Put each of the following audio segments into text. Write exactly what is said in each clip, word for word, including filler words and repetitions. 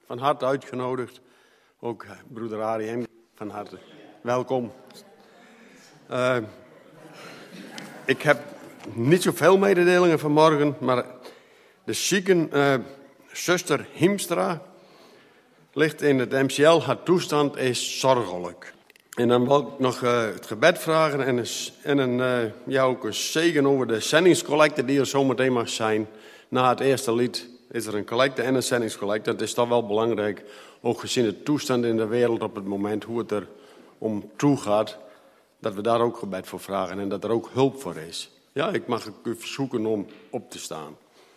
van harte uitgenodigd. Ook broeder Arie M. van harte welkom. Uh, ik heb niet zoveel mededelingen vanmorgen, maar de zieken uh, zuster Hiemstra ligt in het M C L. Haar toestand is zorgelijk. En dan wil ik nog uh, het gebed vragen en, een, en een, uh, ja, ook een zegen over de zendingscollecte die er zometeen mag zijn. Na het eerste lied is er een collecte en een zendingscollecte. Dat is toch wel belangrijk, ook gezien de toestand in de wereld op het moment, hoe het er om toe gaat, dat we daar ook gebed voor vragen en dat er ook hulp voor is. Ja, ik mag u verzoeken om op te staan.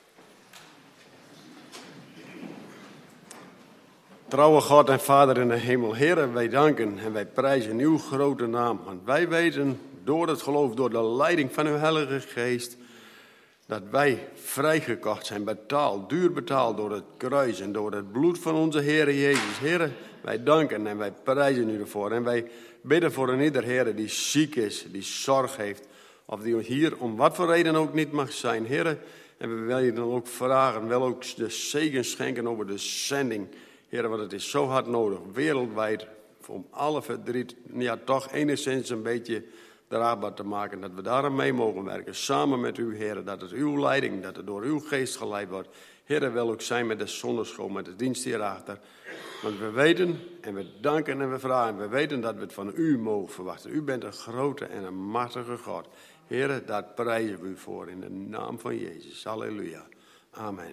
Trouwe God en Vader in de hemel, Heere, wij danken en wij prijzen uw grote naam. Want wij weten door het geloof, door de leiding van uw Heilige Geest, dat wij vrijgekocht zijn, betaald, duur betaald door het kruis en door het bloed van onze Heere Jezus. Heere, wij danken en wij prijzen u ervoor. En wij bidden voor een ieder, Heere, die ziek is, die zorg heeft, of die hier om wat voor reden ook niet mag zijn. Heere, en we willen je dan ook vragen, wel ook de zegen schenken over de zending. Heere, want het is zo hard nodig, wereldwijd, om alle verdriet, ja, toch enigszins een beetje draagbaar te maken. Dat we daaraan mee mogen werken, samen met u, Heere, dat het uw leiding, dat het door uw geest geleid wordt. Heere, wil ook zijn met de zonderschool, met de dienst hierachter. Want we weten, en we danken en we vragen, we weten dat we het van u mogen verwachten. U bent een grote en een machtige God. Heere, daar prijzen we u voor in de naam van Jezus. Halleluja. Amen.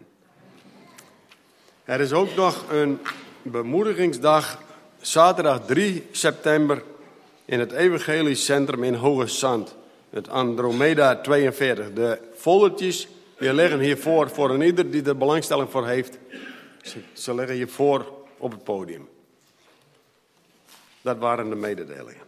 Er is ook nog een bemoedigingsdag, zaterdag drie september, in het Evangelisch Centrum in Hoge Zand. Het Andromeda tweeënveertig. De foldertjes die liggen hiervoor voor een ieder die er belangstelling voor heeft. Ze, ze liggen hiervoor op het podium. Dat waren de mededelingen.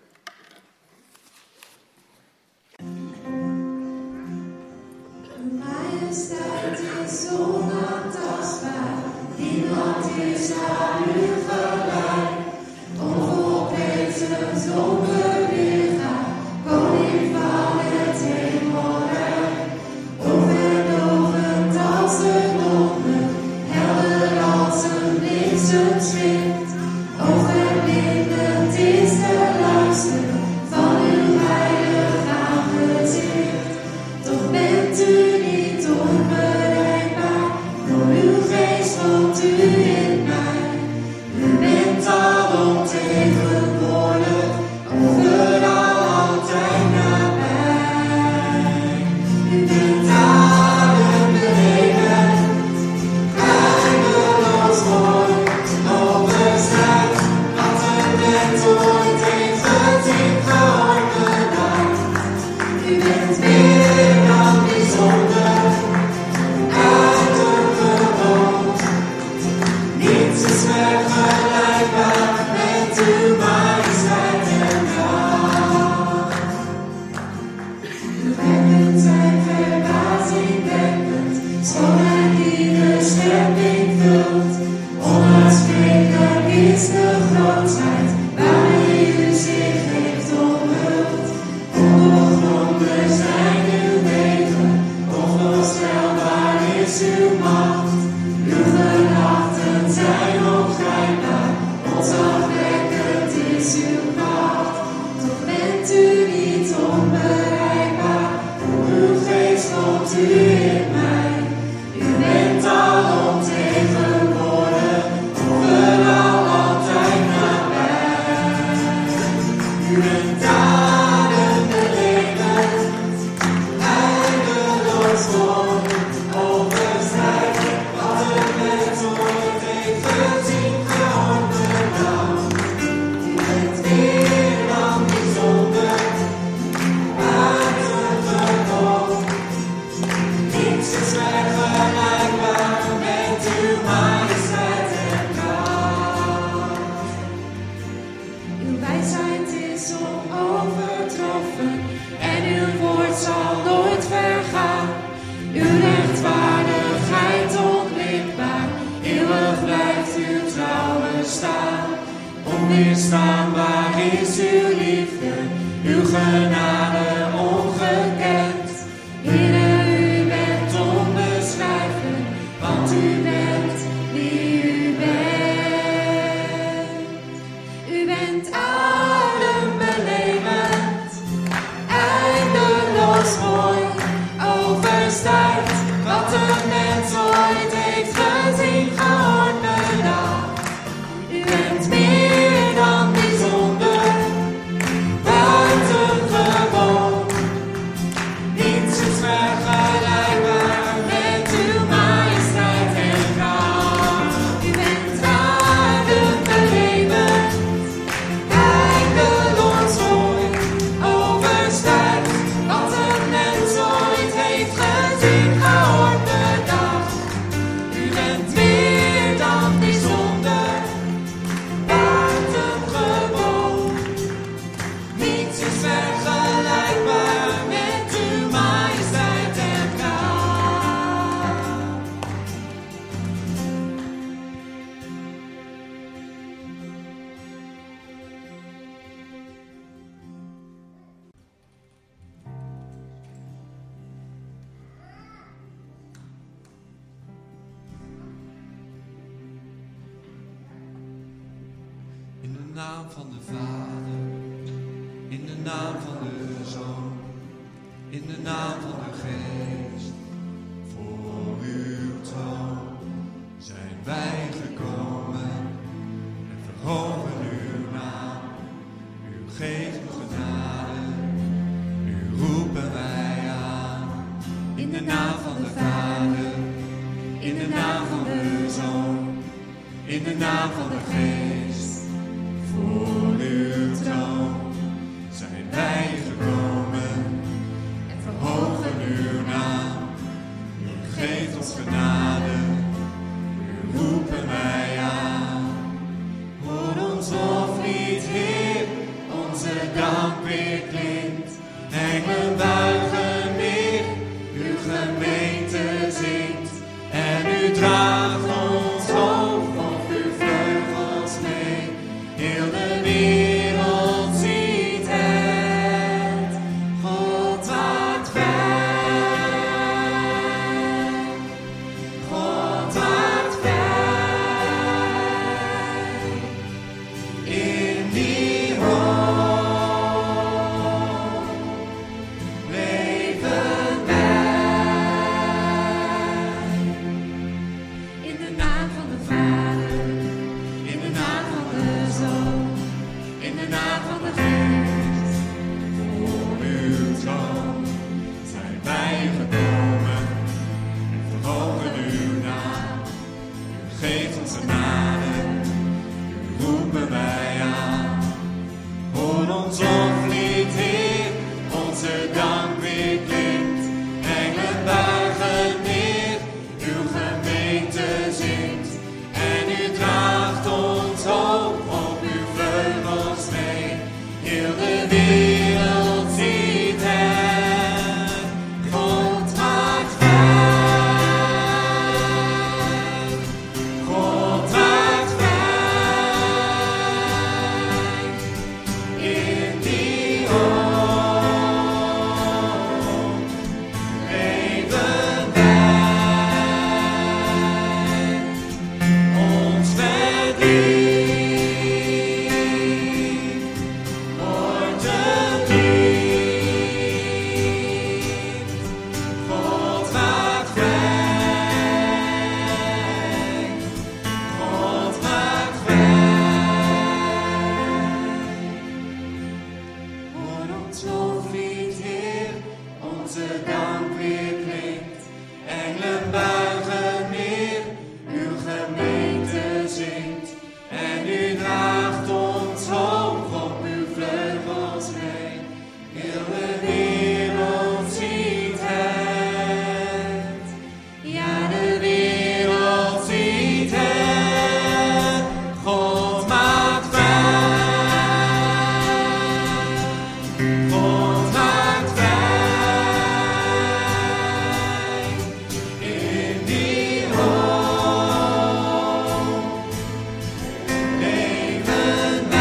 Majesteit is onaantastbaar, niemand is aan u gelijk. Onvolprezen zonder weerga, koning van het hemelrijk. Overdovend als een donder, helder als een bliksemschicht. Overblindend is de luister van uw heilig aangezicht. Toch bent u niet onbereikbaar, door uw geest woont u in mij. U bent alomtegenwoordig, overal altijd nabij. U bent adembenemend, eindeloos mooi, onbeschrijft wat een mens ooit heeft gezien, gehoord, gedacht. U bent meer dan bijzonder, buitengewoon. Niets is vergelijkbaar met uw majesteit en kracht. Uw werken zijn verbazingwekkend, schoonheid die de schepping vult. Onuitsprekelijk is de grootheid waarmee u zich heeft omhuld. Ondoorgronden zijn uw wegen, onvoorstelbaar is uw macht. Uw gedachten zijn ongrijpbaar, ontzagwekkend is uw kracht. Toch bent u niet onbereikbaar, door uw geest woont u in mij. U bent alomtegenwoordig, overal altijd nabij. U bent adembenemend, eindeloos mooi, onbeschrijfelijk wat een mens ooit heeft gezien, gehoord, bedacht. U bent meer dan bijzonder, buitengewoon. Niets is vergelijkbaar met uw majesteit en kracht. Uw wijsheid is onovertroffen en uw woord zal nooit vergaan. Uw rechtvaardigheid onblikbaar, eeuwig blijft uw trouw bestaan. Onweerstaanbaar is uw liefde, uw genade ongekend. Heere, u bent onbeschrijfelijk, want u bent wie u bent. naam van de Vader, in de naam van de Zoon, in de naam van de Geest. Voor uw troon zijn wij gekomen en verhogen uw naam. U geeft ons genade, u roepen wij aan. In de naam van de Vader, in de naam van de Zoon, in de naam van de Geest. Voor uw troon zijn wij gekomen en verhogen uw naam. U geeft ons genade, u roepen wij aan. Hoor ons loflied, Heer, onze dank weer klinkt. Engelen buigen neer, uw gemeente zingt. En u draagt ons hoog op uw vleugels mee. Heel de wereld ziet het, God maakt vrij. God maakt vrij. In die hoop leven wij. In de naam van de Vader, in de naam van de Zoon, in de naam van de Geest. Voor uw troon zijn wij gekomen en verhogen uw naam. U geeft ons genade, u roepen wij aan. Hoor ons loflied, Heer, onze dank weer klinkt. Engelen buigen neer, uw gemeente zingt. En u draagt ons hoog op uw vleugels mee. Heel de wereld ziet het, God maakt vrij. God maakt vrij. In die hoop leven wij. Ons verdriet wordt een lied. God maakt vrij. God maakt vrij. Hoor ons loflied, Heer, onze dank weer klinkt. Engelen buigen neer, uw gemeente zingt. En u draagt ons hoog op uw vleugels mee. Heel de wereld ziet het. Ja, de wereld ziet het. God maakt vrij. God maakt vrij. In die hoop leven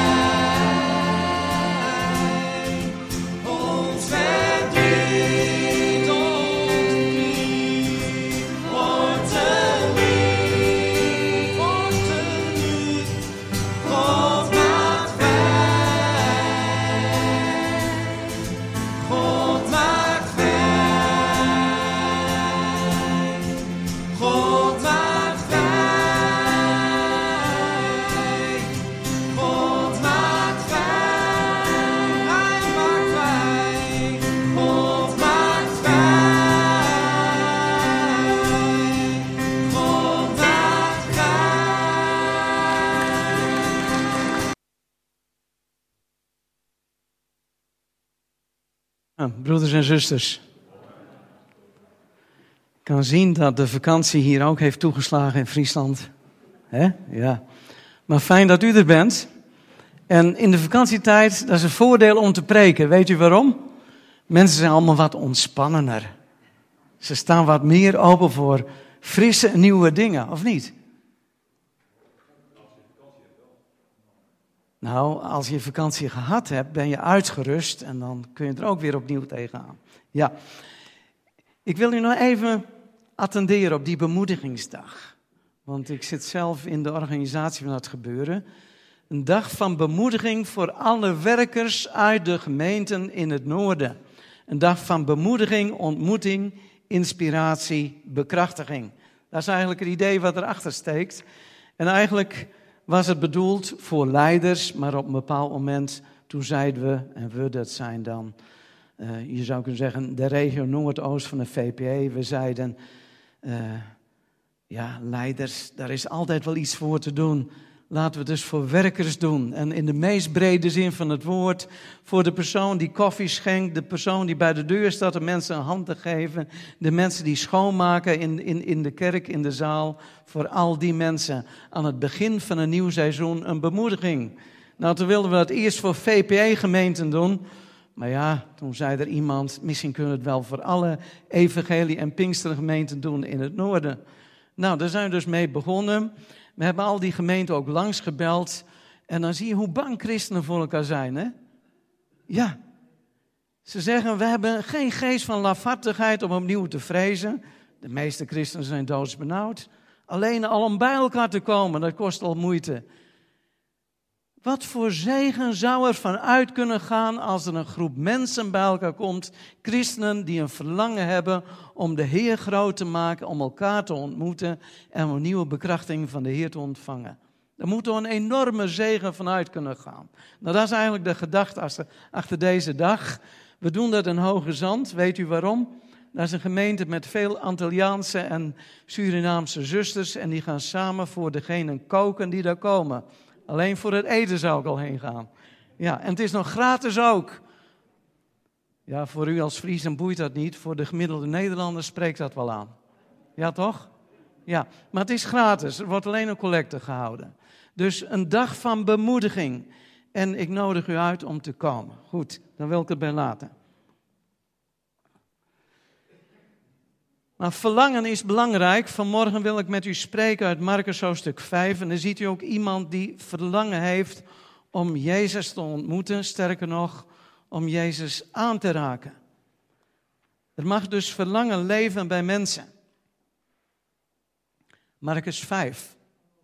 wij. Ons verdriet, ons verdriet wordt een lied, wordt een lied. God maakt vrij. God maakt vrij. God maakt vrij. God maakt vrij. Hij maakt vrij. God maakt vrij. God maakt vrij. Ja, broeders en zusters, ik kan zien dat de vakantie hier ook heeft toegeslagen in Friesland. Hè? Ja. Maar fijn dat u er bent. En in de vakantietijd, dat is een voordeel om te preken. Weet u waarom? Mensen zijn allemaal wat ontspannender. Ze staan wat meer open voor frisse nieuwe dingen, of niet? Nou, als je vakantie gehad hebt, ben je uitgerust en dan kun je er ook weer opnieuw tegenaan. Ja, ik wil u nog even attenderen op die bemoedigingsdag. Want ik zit zelf in de organisatie van dat gebeuren. Een dag van bemoediging voor alle werkers uit de gemeenten in het noorden. Een dag van bemoediging, ontmoeting, inspiratie, bekrachtiging. Dat is eigenlijk het idee wat erachter steekt. En eigenlijk was het bedoeld voor leiders, maar op een bepaald moment, toen zeiden we, en we dat zijn dan, uh, je zou kunnen zeggen, de regio Noordoost van de V P E. We zeiden, uh, ja, leiders, daar is altijd wel iets voor te doen. Laten we het dus voor werkers doen. En in de meest brede zin van het woord, voor de persoon die koffie schenkt, de persoon die bij de deur staat de mensen een hand te geven, de mensen die schoonmaken in, in, in de kerk, in de zaal, voor al die mensen aan het begin van een nieuw seizoen een bemoediging. Nou, toen wilden we dat eerst voor V P E-gemeenten doen, maar ja, toen zei er iemand, misschien kunnen we het wel voor alle evangelie- en pinkstergemeenten doen in het noorden. Nou, daar zijn we dus mee begonnen. We hebben al die gemeenten ook langs gebeld. En dan zie je hoe bang christenen voor elkaar zijn, hè? Ja. Ze zeggen, we hebben geen geest van lafhartigheid om opnieuw te vrezen. De meeste christenen zijn doodsbenauwd. Alleen al om bij elkaar te komen, dat kost al moeite. Wat voor zegen zou er vanuit kunnen gaan als er een groep mensen bij elkaar komt, christenen die een verlangen hebben om de Heer groot te maken, om elkaar te ontmoeten en om een nieuwe bekrachtiging van de Heer te ontvangen. Daar moet er een enorme zegen vanuit kunnen gaan. Nou, dat is eigenlijk de gedachte achter, achter deze dag. We doen dat in Hoge Zand, weet u waarom? Dat is een gemeente met veel Antilliaanse en Surinaamse zusters en die gaan samen voor degenen koken die daar komen. Alleen voor het eten zou ik al heen gaan. Ja, en het is nog gratis ook. Ja, voor u als Friesen boeit dat niet. Voor de gemiddelde Nederlander spreekt dat wel aan. Ja, toch? Ja, maar het is gratis. Er wordt alleen een collecte gehouden. Dus een dag van bemoediging. En ik nodig u uit om te komen. Goed, dan wil ik het bij laten. Maar verlangen is belangrijk. Vanmorgen wil ik met u spreken uit Markus hoofdstuk vijf. En dan ziet u ook iemand die verlangen heeft om Jezus te ontmoeten. Sterker nog, om Jezus aan te raken. Er mag dus verlangen leven bij mensen. Markus vijf.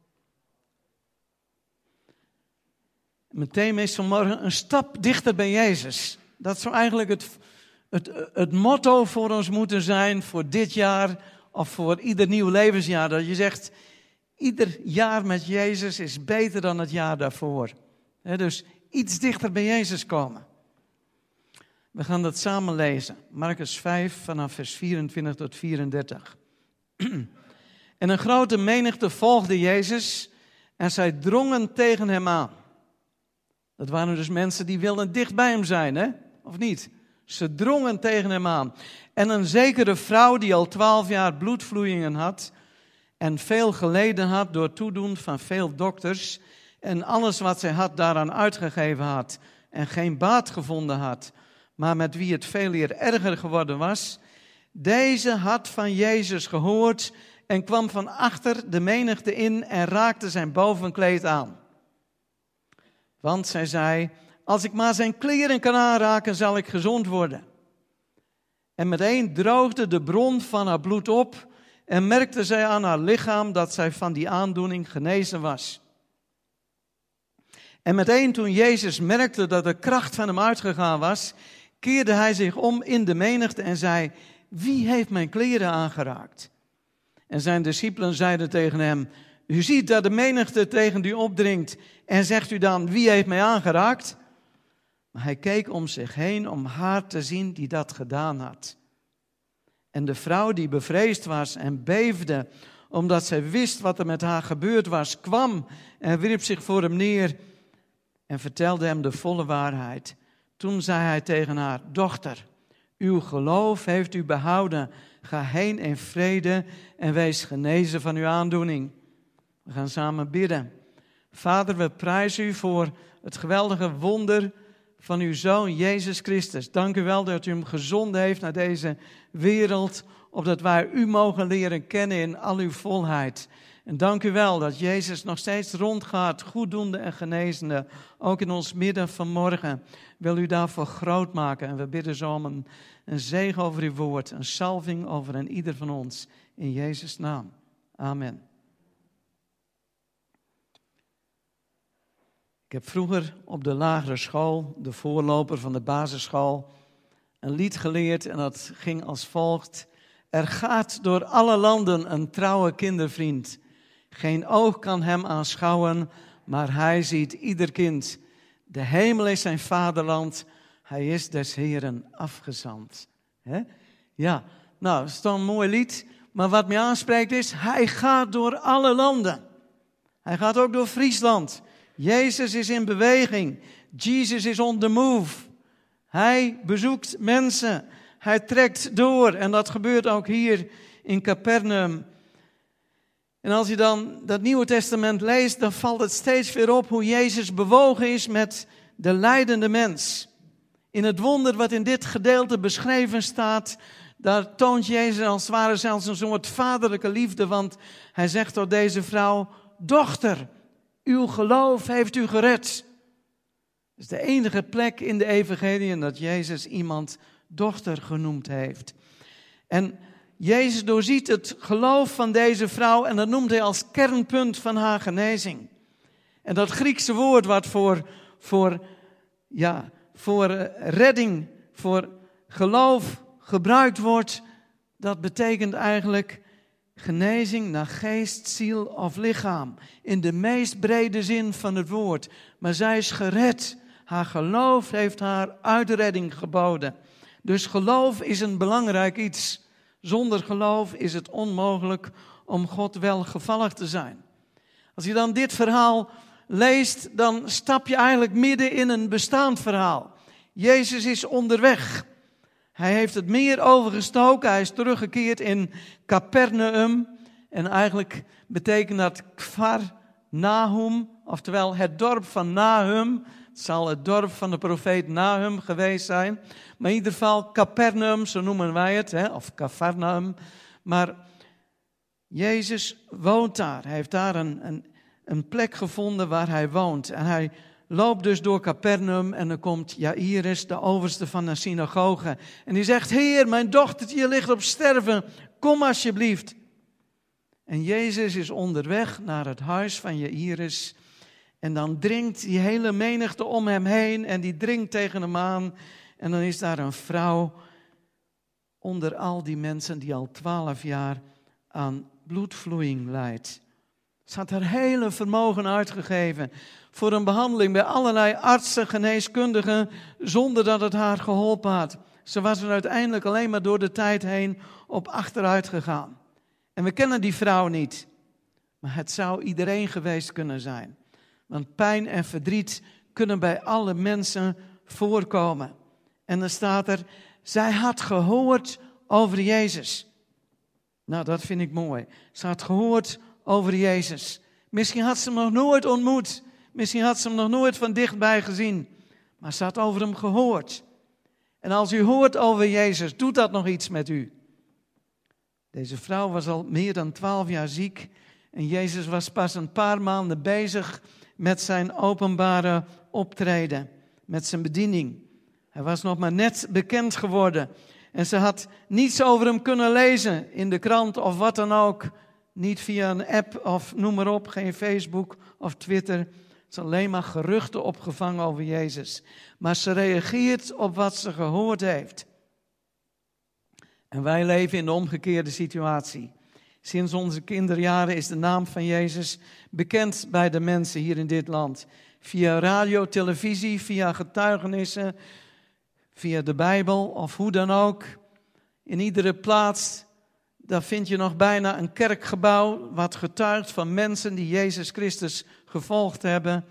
Mijn thema is vanmorgen een stap dichter bij Jezus. Dat zou eigenlijk het... Het, het motto voor ons moeten zijn voor dit jaar of voor ieder nieuw levensjaar. Dat je zegt, ieder jaar met Jezus is beter dan het jaar daarvoor. He, dus iets dichter bij Jezus komen. We gaan dat samen lezen. Markus vijf vanaf vers vierentwintig tot vierendertig. En een grote menigte volgde Jezus en zij drongen tegen hem aan. Dat waren dus mensen die wilden dicht bij hem zijn, hè? Of niet? Ze drongen tegen hem aan. En een zekere vrouw die al twaalf jaar bloedvloeien had en veel geleden had door toedoen van veel dokters en alles wat zij had daaraan uitgegeven had en geen baat gevonden had, maar met wie het veel eer erger geworden was, deze had van Jezus gehoord en kwam van achter de menigte in en raakte zijn bovenkleed aan. Want zij zei, als ik maar zijn kleren kan aanraken, zal ik gezond worden. En meteen droogde de bron van haar bloed op en merkte zij aan haar lichaam dat zij van die aandoening genezen was. En meteen toen Jezus merkte dat de kracht van hem uitgegaan was, keerde hij zich om in de menigte en zei, wie heeft mijn kleren aangeraakt? En zijn discipelen zeiden tegen hem, u ziet dat de menigte tegen u opdringt en zegt u dan, wie heeft mij aangeraakt? Maar hij keek om zich heen om haar te zien die dat gedaan had. En de vrouw die bevreesd was en beefde, omdat zij wist wat er met haar gebeurd was, kwam en wierp zich voor hem neer en vertelde hem de volle waarheid. Toen zei hij tegen haar, dochter, uw geloof heeft u behouden. Ga heen in vrede en wees genezen van uw aandoening. We gaan samen bidden. Vader, we prijzen u voor het geweldige wonder van uw Zoon Jezus Christus. Dank u wel dat u hem gezonden heeft naar deze wereld, opdat wij u mogen leren kennen in al uw volheid. En dank u wel dat Jezus nog steeds rondgaat, goeddoende en genezende, ook in ons midden vanmorgen. Wil u daarvoor groot maken en we bidden zo om een, een zegen over uw woord, een salving over een ieder van ons. In Jezus' naam. Amen. Ik heb vroeger op de lagere school, de voorloper van de basisschool, een lied geleerd en dat ging als volgt. Er gaat door alle landen een trouwe kindervriend. Geen oog kan hem aanschouwen, maar hij ziet ieder kind. De hemel is zijn vaderland, hij is des Heeren afgezand. He? Ja, nou, dat is toch een mooi lied. Maar wat mij aanspreekt is, hij gaat door alle landen. Hij gaat ook door Friesland. Jezus is in beweging. Jesus is on the move. Hij bezoekt mensen. Hij trekt door. En dat gebeurt ook hier in Capernaum. En als je dan dat Nieuwe Testament leest, dan valt het steeds weer op hoe Jezus bewogen is met de lijdende mens. In het wonder wat in dit gedeelte beschreven staat, daar toont Jezus als het ware zelfs een soort vaderlijke liefde. Want hij zegt tot deze vrouw, dochter, uw geloof heeft u gered. Dat is de enige plek in de evangelie dat Jezus iemand dochter genoemd heeft. En Jezus doorziet het geloof van deze vrouw en dat noemt hij als kernpunt van haar genezing. En dat Griekse woord wat voor, voor, ja, voor redding, voor geloof gebruikt wordt, dat betekent eigenlijk genezing naar geest, ziel of lichaam. In de meest brede zin van het woord. Maar zij is gered. Haar geloof heeft haar uitredding geboden. Dus geloof is een belangrijk iets. Zonder geloof is het onmogelijk om God welgevallig te zijn. Als je dan dit verhaal leest, dan stap je eigenlijk midden in een bestaand verhaal. Jezus is onderweg. Hij heeft het meer overgestoken. Hij is teruggekeerd in Capernaum. En eigenlijk betekent dat Kfar Nahum, oftewel het dorp van Nahum. Het zal het dorp van de profeet Nahum geweest zijn. Maar in ieder geval Capernaum, zo noemen wij het, hè, of Cafarnaum. Maar Jezus woont daar. Hij heeft daar een, een, een plek gevonden waar hij woont. En hij loopt dus door Capernaum en dan komt Jairus, de overste van de synagoge. En die zegt, Heer, mijn dochtertje ligt op sterven, kom alsjeblieft. En Jezus is onderweg naar het huis van Jairus. En dan dringt die hele menigte om hem heen en die dringt tegen hem aan. En dan is daar een vrouw onder al die mensen die al twaalf jaar aan bloedvloeiing lijdt. Ze had haar hele vermogen uitgegeven voor een behandeling bij allerlei artsen, geneeskundigen, zonder dat het haar geholpen had. Ze was er uiteindelijk alleen maar door de tijd heen op achteruit gegaan. En we kennen die vrouw niet, maar het zou iedereen geweest kunnen zijn. Want pijn en verdriet kunnen bij alle mensen voorkomen. En dan staat er, zij had gehoord over Jezus. Nou, dat vind ik mooi. Ze had gehoord over Jezus. Misschien had ze hem nog nooit ontmoet. Misschien had ze hem nog nooit van dichtbij gezien. Maar ze had over hem gehoord. En als u hoort over Jezus, doet dat nog iets met u. Deze vrouw was al meer dan twaalf jaar ziek. En Jezus was pas een paar maanden bezig met zijn openbare optreden. Met zijn bediening. Hij was nog maar net bekend geworden. En ze had niets over hem kunnen lezen in de krant of wat dan ook. Niet via een app of noem maar op, geen Facebook of Twitter. Ze had alleen maar geruchten opgevangen over Jezus. Maar ze reageert op wat ze gehoord heeft. En wij leven in de omgekeerde situatie. Sinds onze kinderjaren is de naam van Jezus bekend bij de mensen hier in dit land. Via radio, televisie, via getuigenissen, via de Bijbel of hoe dan ook. In iedere plaats, daar vind je nog bijna een kerkgebouw wat getuigt van mensen die Jezus Christus gevolgd hebben.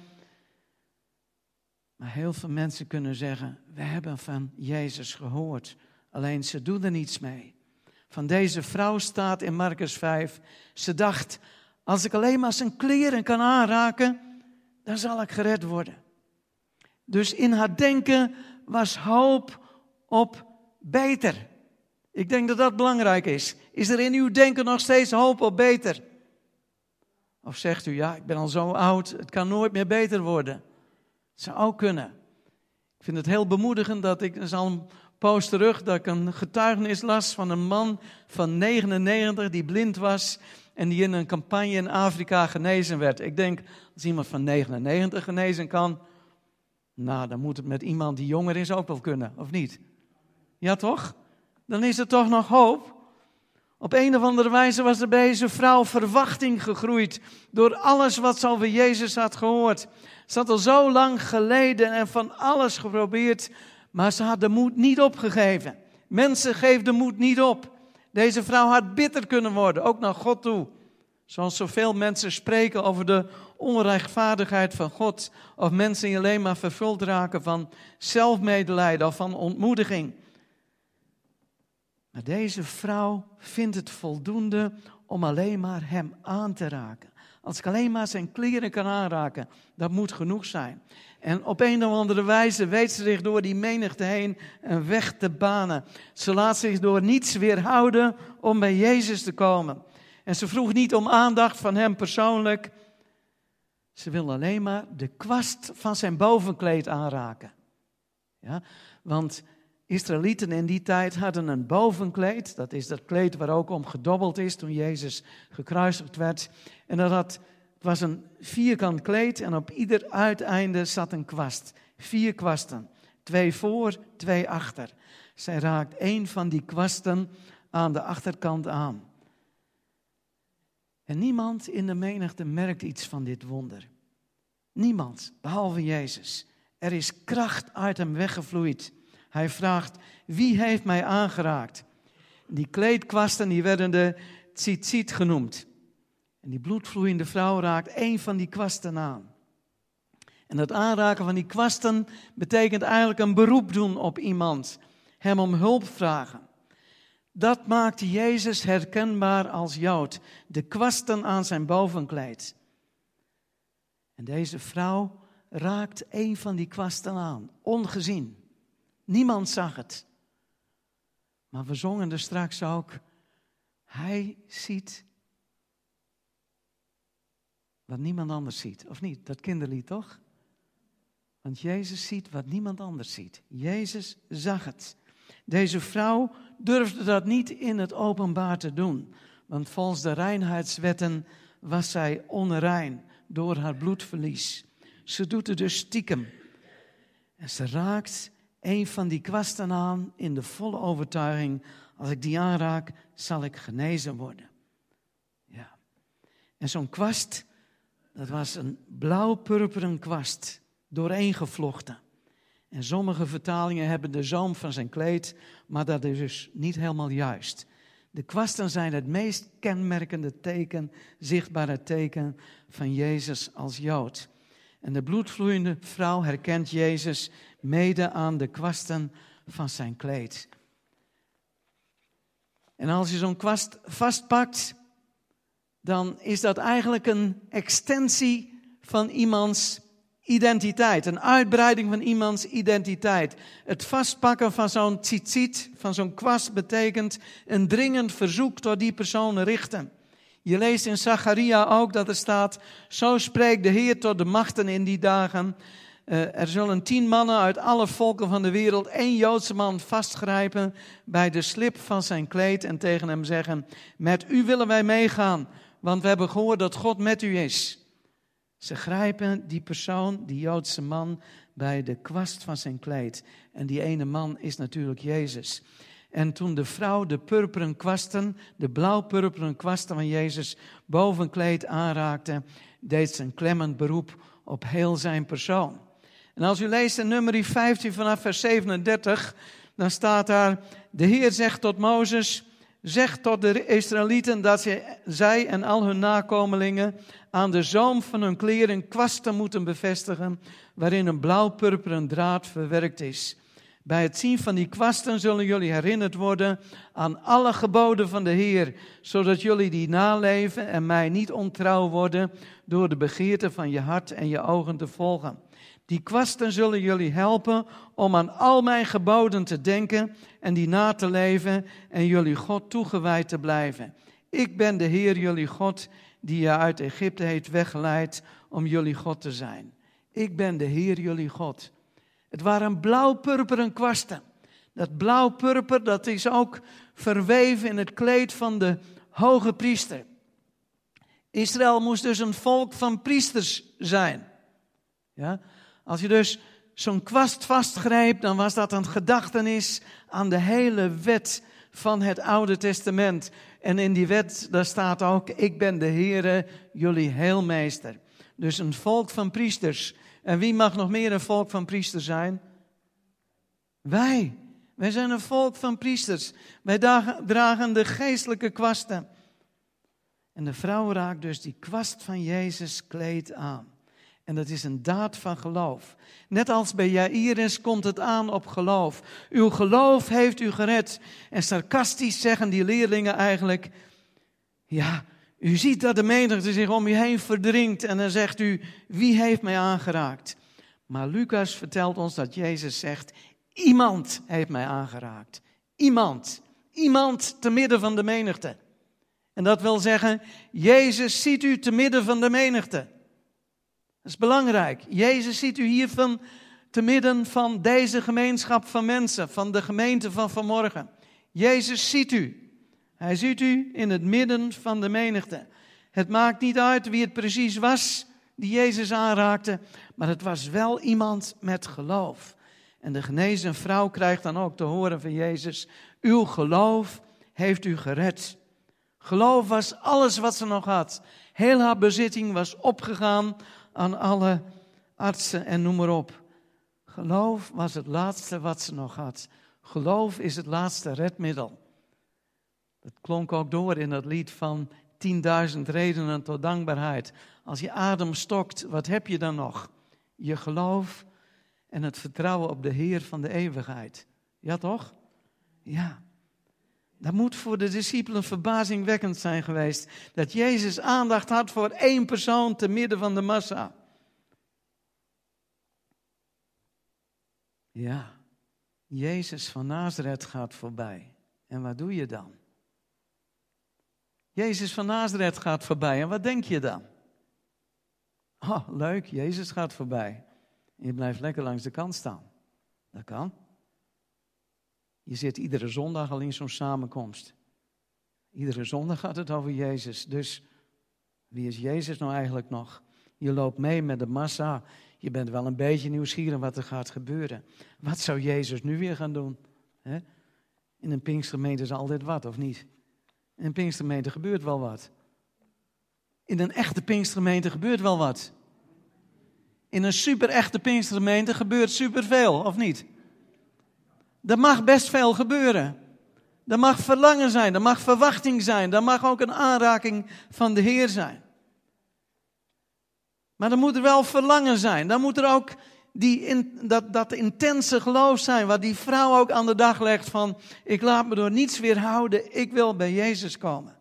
Maar heel veel mensen kunnen zeggen, we hebben van Jezus gehoord. Alleen ze doen er niets mee. Van deze vrouw staat in Markus vijf. Ze dacht, als ik alleen maar zijn kleren kan aanraken, dan zal ik gered worden. Dus in haar denken was hoop op beter. Ik denk dat dat belangrijk is. Is er in uw denken nog steeds hoop op beter? Of zegt u, ja, ik ben al zo oud, het kan nooit meer beter worden. Het zou ook kunnen. Ik vind het heel bemoedigend dat ik, dat is al een poos terug, dat ik een getuigenis las van een man van negenennegentig die blind was. en die in een campagne in Afrika genezen werd. Ik denk, als iemand van negenennegentig genezen kan, nou, dan moet het met iemand die jonger is ook wel kunnen, of niet? Ja, toch? Dan is er toch nog hoop. Op een of andere wijze was er bij deze vrouw verwachting gegroeid door alles wat ze over Jezus had gehoord. Ze had al zo lang geleden en van alles geprobeerd, maar ze had de moed niet opgegeven. Mensen, geef de moed niet op. Deze vrouw had bitter kunnen worden, ook naar God toe. Zoals zoveel mensen spreken over de onrechtvaardigheid van God, of mensen die alleen maar vervuld raken van zelfmedelijden of van ontmoediging. Maar deze vrouw vindt het voldoende om alleen maar hem aan te raken. Als ik alleen maar zijn kleren kan aanraken, dat moet genoeg zijn. En op een of andere wijze weet ze zich door die menigte heen een weg te banen. Ze laat zich door niets weerhouden om bij Jezus te komen. En ze vroeg niet om aandacht van hem persoonlijk. Ze wil alleen maar de kwast van zijn bovenkleed aanraken. Ja, want Israëlieten in die tijd hadden een bovenkleed. Dat is dat kleed waar ook om gedobbeld is toen Jezus gekruisigd werd. En dat had, het was een vierkant kleed en op ieder uiteinde zat een kwast. Vier kwasten. Twee voor, twee achter. Zij raakt één van die kwasten aan de achterkant aan. En niemand in de menigte merkt iets van dit wonder. Niemand, behalve Jezus. Er is kracht uit hem weggevloeid. Hij vraagt, wie heeft mij aangeraakt? Die kleedkwasten die werden de tzitzit genoemd. En die bloedvloeiende vrouw raakt één van die kwasten aan. En dat aanraken van die kwasten betekent eigenlijk een beroep doen op iemand. Hem om hulp vragen. Dat maakte Jezus herkenbaar als Jood. De kwasten aan zijn bovenkleed. En deze vrouw raakt één van die kwasten aan, ongezien. Niemand zag het. Maar we zongen er straks ook. Hij ziet wat niemand anders ziet. Of niet? Dat kinderlied toch? Want Jezus ziet wat niemand anders ziet. Jezus zag het. Deze vrouw durfde dat niet in het openbaar te doen. Want volgens de reinheidswetten was zij onrein door haar bloedverlies. Ze doet het dus stiekem. En ze raakt een van die kwasten aan in de volle overtuiging, als ik die aanraak, zal ik genezen worden. Ja. En zo'n kwast, dat was een blauw-purperen kwast, dooreengevlochten. En sommige vertalingen hebben de zoom van zijn kleed, maar dat is dus niet helemaal juist. De kwasten zijn het meest kenmerkende teken, zichtbare teken van Jezus als Jood. En de bloedvloeiende vrouw herkent Jezus mede aan de kwasten van zijn kleed. En als je zo'n kwast vastpakt, dan is dat eigenlijk een extensie van iemands identiteit. Een uitbreiding van iemands identiteit. Het vastpakken van zo'n tzitzit, van zo'n kwast, betekent een dringend verzoek tot die persoon richten. Je leest in Zacharia ook dat er staat, zo spreekt de Heer tot de machten in die dagen. Uh, er zullen tien mannen uit alle volken van de wereld één Joodse man vastgrijpen bij de slip van zijn kleed en tegen hem zeggen, met u willen wij meegaan, want we hebben gehoord dat God met u is. Ze grijpen die persoon, die Joodse man, bij de kwast van zijn kleed. En die ene man is natuurlijk Jezus. En toen de vrouw de purperen kwasten, de blauw-purperen kwasten van Jezus bovenkleed aanraakte, deed ze een klemmend beroep op heel zijn persoon. En als u leest in Numeri vijftien vanaf vers zevenendertig, dan staat daar, de Heer zegt tot Mozes, zeg tot de Israëlieten dat zij en al hun nakomelingen aan de zoom van hun kleren kwasten moeten bevestigen, waarin een blauw-purperen draad verwerkt is. Bij het zien van die kwasten zullen jullie herinnerd worden aan alle geboden van de Heer, zodat jullie die naleven en mij niet ontrouw worden door de begeerte van je hart en je ogen te volgen. Die kwasten zullen jullie helpen om aan al mijn geboden te denken en die na te leven en jullie God toegewijd te blijven. Ik ben de Heer jullie God die je uit Egypte heeft weggeleid om jullie God te zijn. Ik ben de Heer jullie God. Het waren blauw-purperen kwasten. Dat blauw-purper, dat is ook verweven in het kleed van de hoge priester. Israël moest dus een volk van priesters zijn. Ja? Als je dus zo'n kwast vastgreep, dan was dat een gedachtenis aan de hele wet van het Oude Testament. En in die wet, daar staat ook, ik ben de Heere, jullie heelmeester. Dus een volk van priesters. En wie mag nog meer een volk van priesters zijn? Wij. Wij zijn een volk van priesters. Wij dragen de geestelijke kwasten. En de vrouw raakt dus die kwast van Jezus kleed aan. En dat is een daad van geloof. Net als bij Jairus komt het aan op geloof. Uw geloof heeft u gered. En sarcastisch zeggen die leerlingen eigenlijk, ja, u ziet dat de menigte zich om u heen verdringt. En dan zegt u, wie heeft mij aangeraakt? Maar Lucas vertelt ons dat Jezus zegt, iemand heeft mij aangeraakt. Iemand. Iemand te midden van de menigte. En dat wil zeggen, Jezus ziet u te midden van de menigte. Dat is belangrijk. Jezus ziet u hier van, te midden van deze gemeenschap van mensen, van de gemeente van vanmorgen. Jezus ziet u. Hij ziet u in het midden van de menigte. Het maakt niet uit wie het precies was die Jezus aanraakte, maar het was wel iemand met geloof. En de genezen vrouw krijgt dan ook te horen van Jezus, uw geloof heeft u gered. Geloof was alles wat ze nog had. Heel haar bezitting was opgegaan aan alle artsen en noem maar op. Geloof was het laatste wat ze nog had. Geloof is het laatste redmiddel. Dat klonk ook door in dat lied van tienduizend redenen tot dankbaarheid. Als je adem stokt, wat heb je dan nog? Je geloof en het vertrouwen op de Heer van de eeuwigheid. Ja toch? Ja. Dat moet voor de discipelen verbazingwekkend zijn geweest. Dat Jezus aandacht had voor één persoon te midden van de massa. Ja, Jezus van Nazareth gaat voorbij. En wat doe je dan? Jezus van Nazareth gaat voorbij. En wat denk je dan? Oh, leuk, Jezus gaat voorbij. En je blijft lekker langs de kant staan. Dat kan. Je zit iedere zondag al in zo'n samenkomst. Iedere zondag gaat het over Jezus. Dus wie is Jezus nou eigenlijk nog? Je loopt mee met de massa. Je bent wel een beetje nieuwsgierig wat er gaat gebeuren. Wat zou Jezus nu weer gaan doen? He? In een Pinkstergemeente is altijd wat, of niet? In een Pinkstergemeente gebeurt wel wat. In een echte Pinkstergemeente gebeurt wel wat. In een super echte Pinkstergemeente gebeurt superveel, of niet? Er mag best veel gebeuren. Er mag verlangen zijn, er mag verwachting zijn, er mag ook een aanraking van de Heer zijn. Maar er moet er wel verlangen zijn. Dan moet er ook die in, dat, dat intense geloof zijn, wat die vrouw ook aan de dag legt van, ik laat me door niets weerhouden, ik wil bij Jezus komen.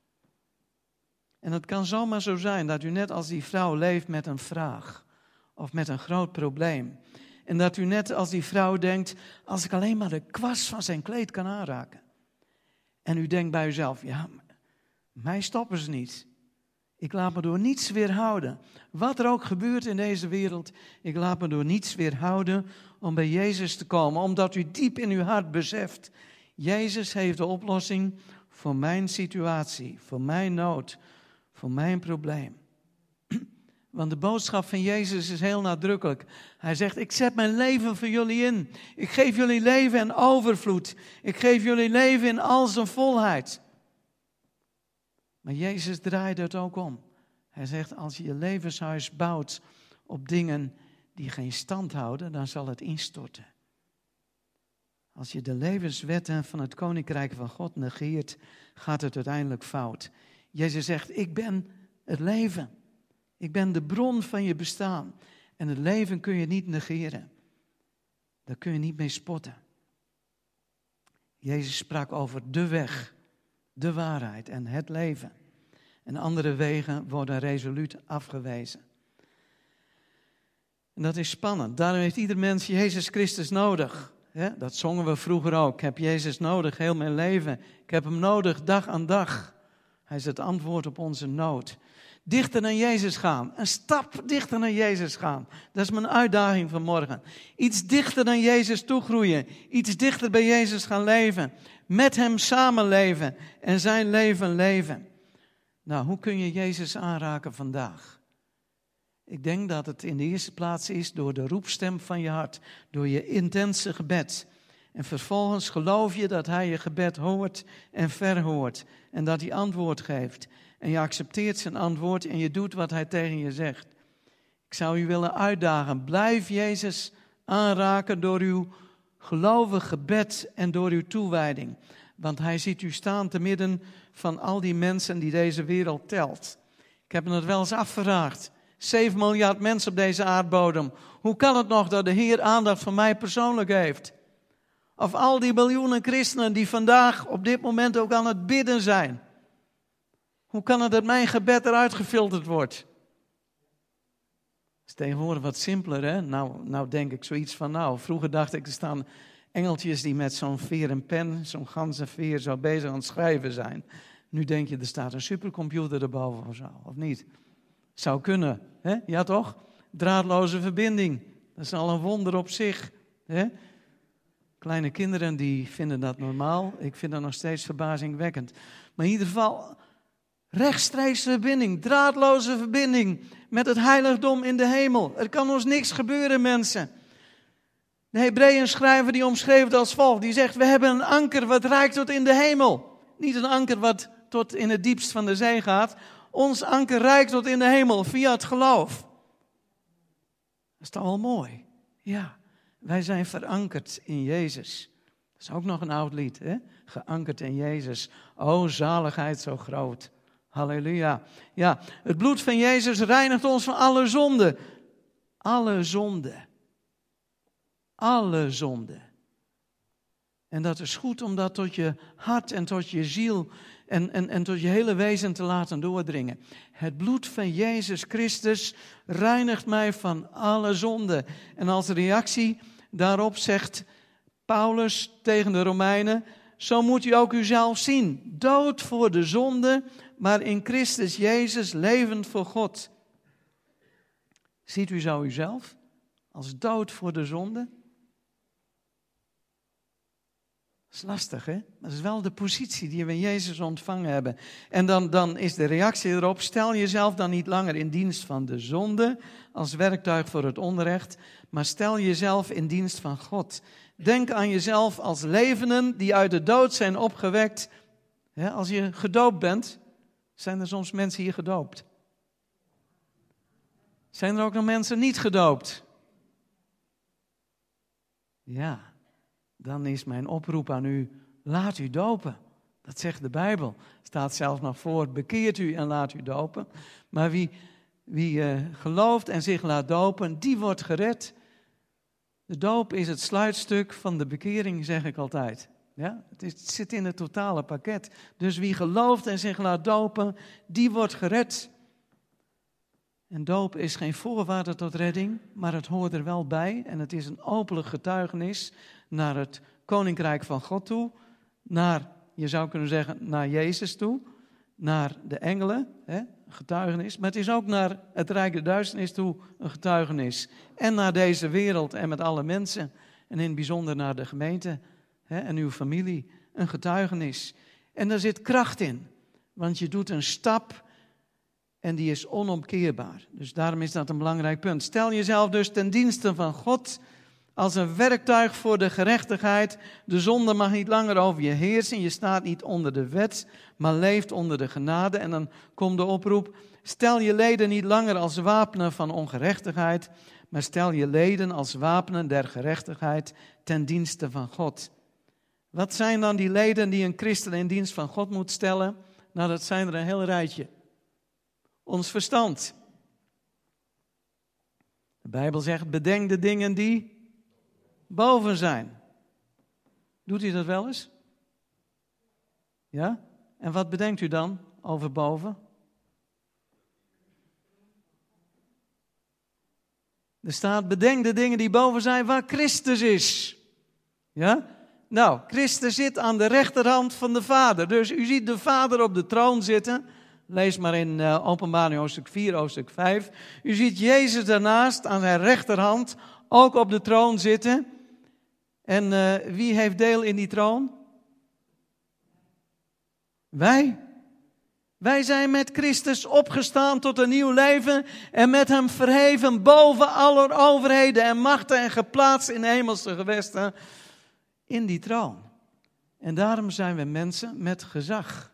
En het kan zomaar zo zijn dat u net als die vrouw leeft met een vraag of met een groot probleem. En dat u net als die vrouw denkt, als ik alleen maar de kwast van zijn kleed kan aanraken. En u denkt bij uzelf, ja, mij stoppen ze niet. Ik laat me door niets weerhouden. Wat er ook gebeurt in deze wereld, ik laat me door niets weerhouden om bij Jezus te komen. Omdat u diep in uw hart beseft, Jezus heeft de oplossing voor mijn situatie, voor mijn nood, voor mijn probleem. Want de boodschap van Jezus is heel nadrukkelijk. Hij zegt, ik zet mijn leven voor jullie in. Ik geef jullie leven in overvloed. Ik geef jullie leven in al zijn volheid. Maar Jezus draaide het ook om. Hij zegt, als je je levenshuis bouwt op dingen die geen stand houden, dan zal het instorten. Als je de levenswetten van het Koninkrijk van God negeert, gaat het uiteindelijk fout. Jezus zegt, ik ben het leven. Ik ben de bron van je bestaan. En het leven kun je niet negeren. Daar kun je niet mee spotten. Jezus sprak over de weg, de waarheid en het leven. En andere wegen worden resoluut afgewezen. En dat is spannend. Daarom heeft ieder mens Jezus Christus nodig. Dat zongen we vroeger ook. Ik heb Jezus nodig, heel mijn leven. Ik heb hem nodig, dag aan dag. Hij is het antwoord op onze nood. Dichter naar Jezus gaan. Een stap dichter naar Jezus gaan. Dat is mijn uitdaging vanmorgen. Iets dichter naar Jezus toegroeien. Iets dichter bij Jezus gaan leven. Met hem samenleven. En zijn leven leven. Nou, hoe kun je Jezus aanraken vandaag? Ik denk dat het in de eerste plaats is door de roepstem van je hart, door je intense gebed. En vervolgens geloof je dat hij je gebed hoort en verhoort en dat hij antwoord geeft. En je accepteert zijn antwoord en je doet wat hij tegen je zegt. Ik zou u willen uitdagen, blijf Jezus aanraken door uw gelovig gebed en door uw toewijding. Want hij ziet u staan te midden van al die mensen die deze wereld telt. Ik heb me het wel eens afgevraagd. zeven miljard mensen op deze aardbodem. Hoe kan het nog dat de Heer aandacht voor mij persoonlijk heeft? Of al die miljoenen christenen die vandaag op dit moment ook aan het bidden zijn. Hoe kan het dat mijn gebed eruit gefilterd wordt? Dat is tegenwoordig wat simpeler, hè? Nou, nou denk ik zoiets van, nou, vroeger dacht ik, er staan engeltjes die met zo'n veer en pen, zo'n ganzenveer, zo bezig aan het schrijven zijn. Nu denk je, er staat een supercomputer erboven of zo, of niet? Zou kunnen, hè? Ja toch? Draadloze verbinding, dat is al een wonder op zich, hè? Kleine kinderen die vinden dat normaal, ik vind dat nog steeds verbazingwekkend. Maar in ieder geval, rechtstreeks verbinding, draadloze verbinding met het heiligdom in de hemel. Er kan ons niks gebeuren, mensen. De Hebreeën schrijver die omschreef het als volgt. Die zegt, we hebben een anker wat reikt tot in de hemel. Niet een anker wat tot in het diepst van de zee gaat. Ons anker reikt tot in de hemel via het geloof. Dat is toch wel mooi? Ja, wij zijn verankerd in Jezus. Dat is ook nog een oud lied, hè? Geankerd in Jezus. O, zaligheid zo groot. Halleluja. Ja, het bloed van Jezus reinigt ons van alle zonde. Alle zonde. Alle zonde. En dat is goed om dat tot je hart en tot je ziel en, en, en tot je hele wezen te laten doordringen. Het bloed van Jezus Christus reinigt mij van alle zonde. En als reactie daarop zegt Paulus tegen de Romeinen, zo moet u ook uzelf zien. Dood voor de zonde, maar in Christus Jezus levend voor God. Ziet u zo uzelf als dood voor de zonde? Dat is lastig, hè? Dat is wel de positie die we in Jezus ontvangen hebben. En dan, dan is de reactie erop, stel jezelf dan niet langer in dienst van de zonde als werktuig voor het onrecht, maar stel jezelf in dienst van God. Denk aan jezelf als levenden die uit de dood zijn opgewekt. Ja, als je gedoopt bent, zijn er soms mensen hier gedoopt. Zijn er ook nog mensen niet gedoopt? Ja. Dan is mijn oproep aan u, laat u dopen. Dat zegt de Bijbel. Staat zelfs nog voor, bekeert u en laat u dopen. Maar wie, wie uh, gelooft en zich laat dopen, die wordt gered. De doop is het sluitstuk van de bekering, zeg ik altijd. Ja? Het, is, het zit in het totale pakket. Dus wie gelooft en zich laat dopen, die wordt gered. En doop is geen voorwaarde tot redding, maar het hoort er wel bij. En het is een openlijk getuigenis naar het koninkrijk van God toe. Naar, je zou kunnen zeggen, naar Jezus toe. Naar de engelen, hè, getuigenis. Maar het is ook naar het rijk der duisternis toe een getuigenis. En naar deze wereld en met alle mensen. En in het bijzonder naar de gemeente, hè, en uw familie. Een getuigenis. En daar zit kracht in. Want je doet een stap en die is onomkeerbaar. Dus daarom is dat een belangrijk punt. Stel jezelf dus ten dienste van God als een werktuig voor de gerechtigheid. De zonde mag niet langer over je heersen. Je staat niet onder de wet, maar leeft onder de genade. En dan komt de oproep. Stel je leden niet langer als wapenen van ongerechtigheid, maar stel je leden als wapenen der gerechtigheid ten dienste van God. Wat zijn dan die leden die een christen in dienst van God moet stellen? Nou, dat zijn er een heel rijtje. Ons verstand. De Bijbel zegt, bedenk de dingen die boven zijn. Doet u dat wel eens? Ja? En wat bedenkt u dan over boven? Er staat, bedenk de dingen die boven zijn waar Christus is. Ja? Nou, Christus zit aan de rechterhand van de Vader. Dus u ziet de Vader op de troon zitten. Lees maar in uh, Openbaring hoofdstuk vier, hoofdstuk vijf. U ziet Jezus daarnaast aan zijn rechterhand ook op de troon zitten. En uh, wie heeft deel in die troon? Wij. Wij zijn met Christus opgestaan tot een nieuw leven en met hem verheven boven alle overheden en machten en geplaatst in hemelse gewesten in die troon. En daarom zijn we mensen met gezag.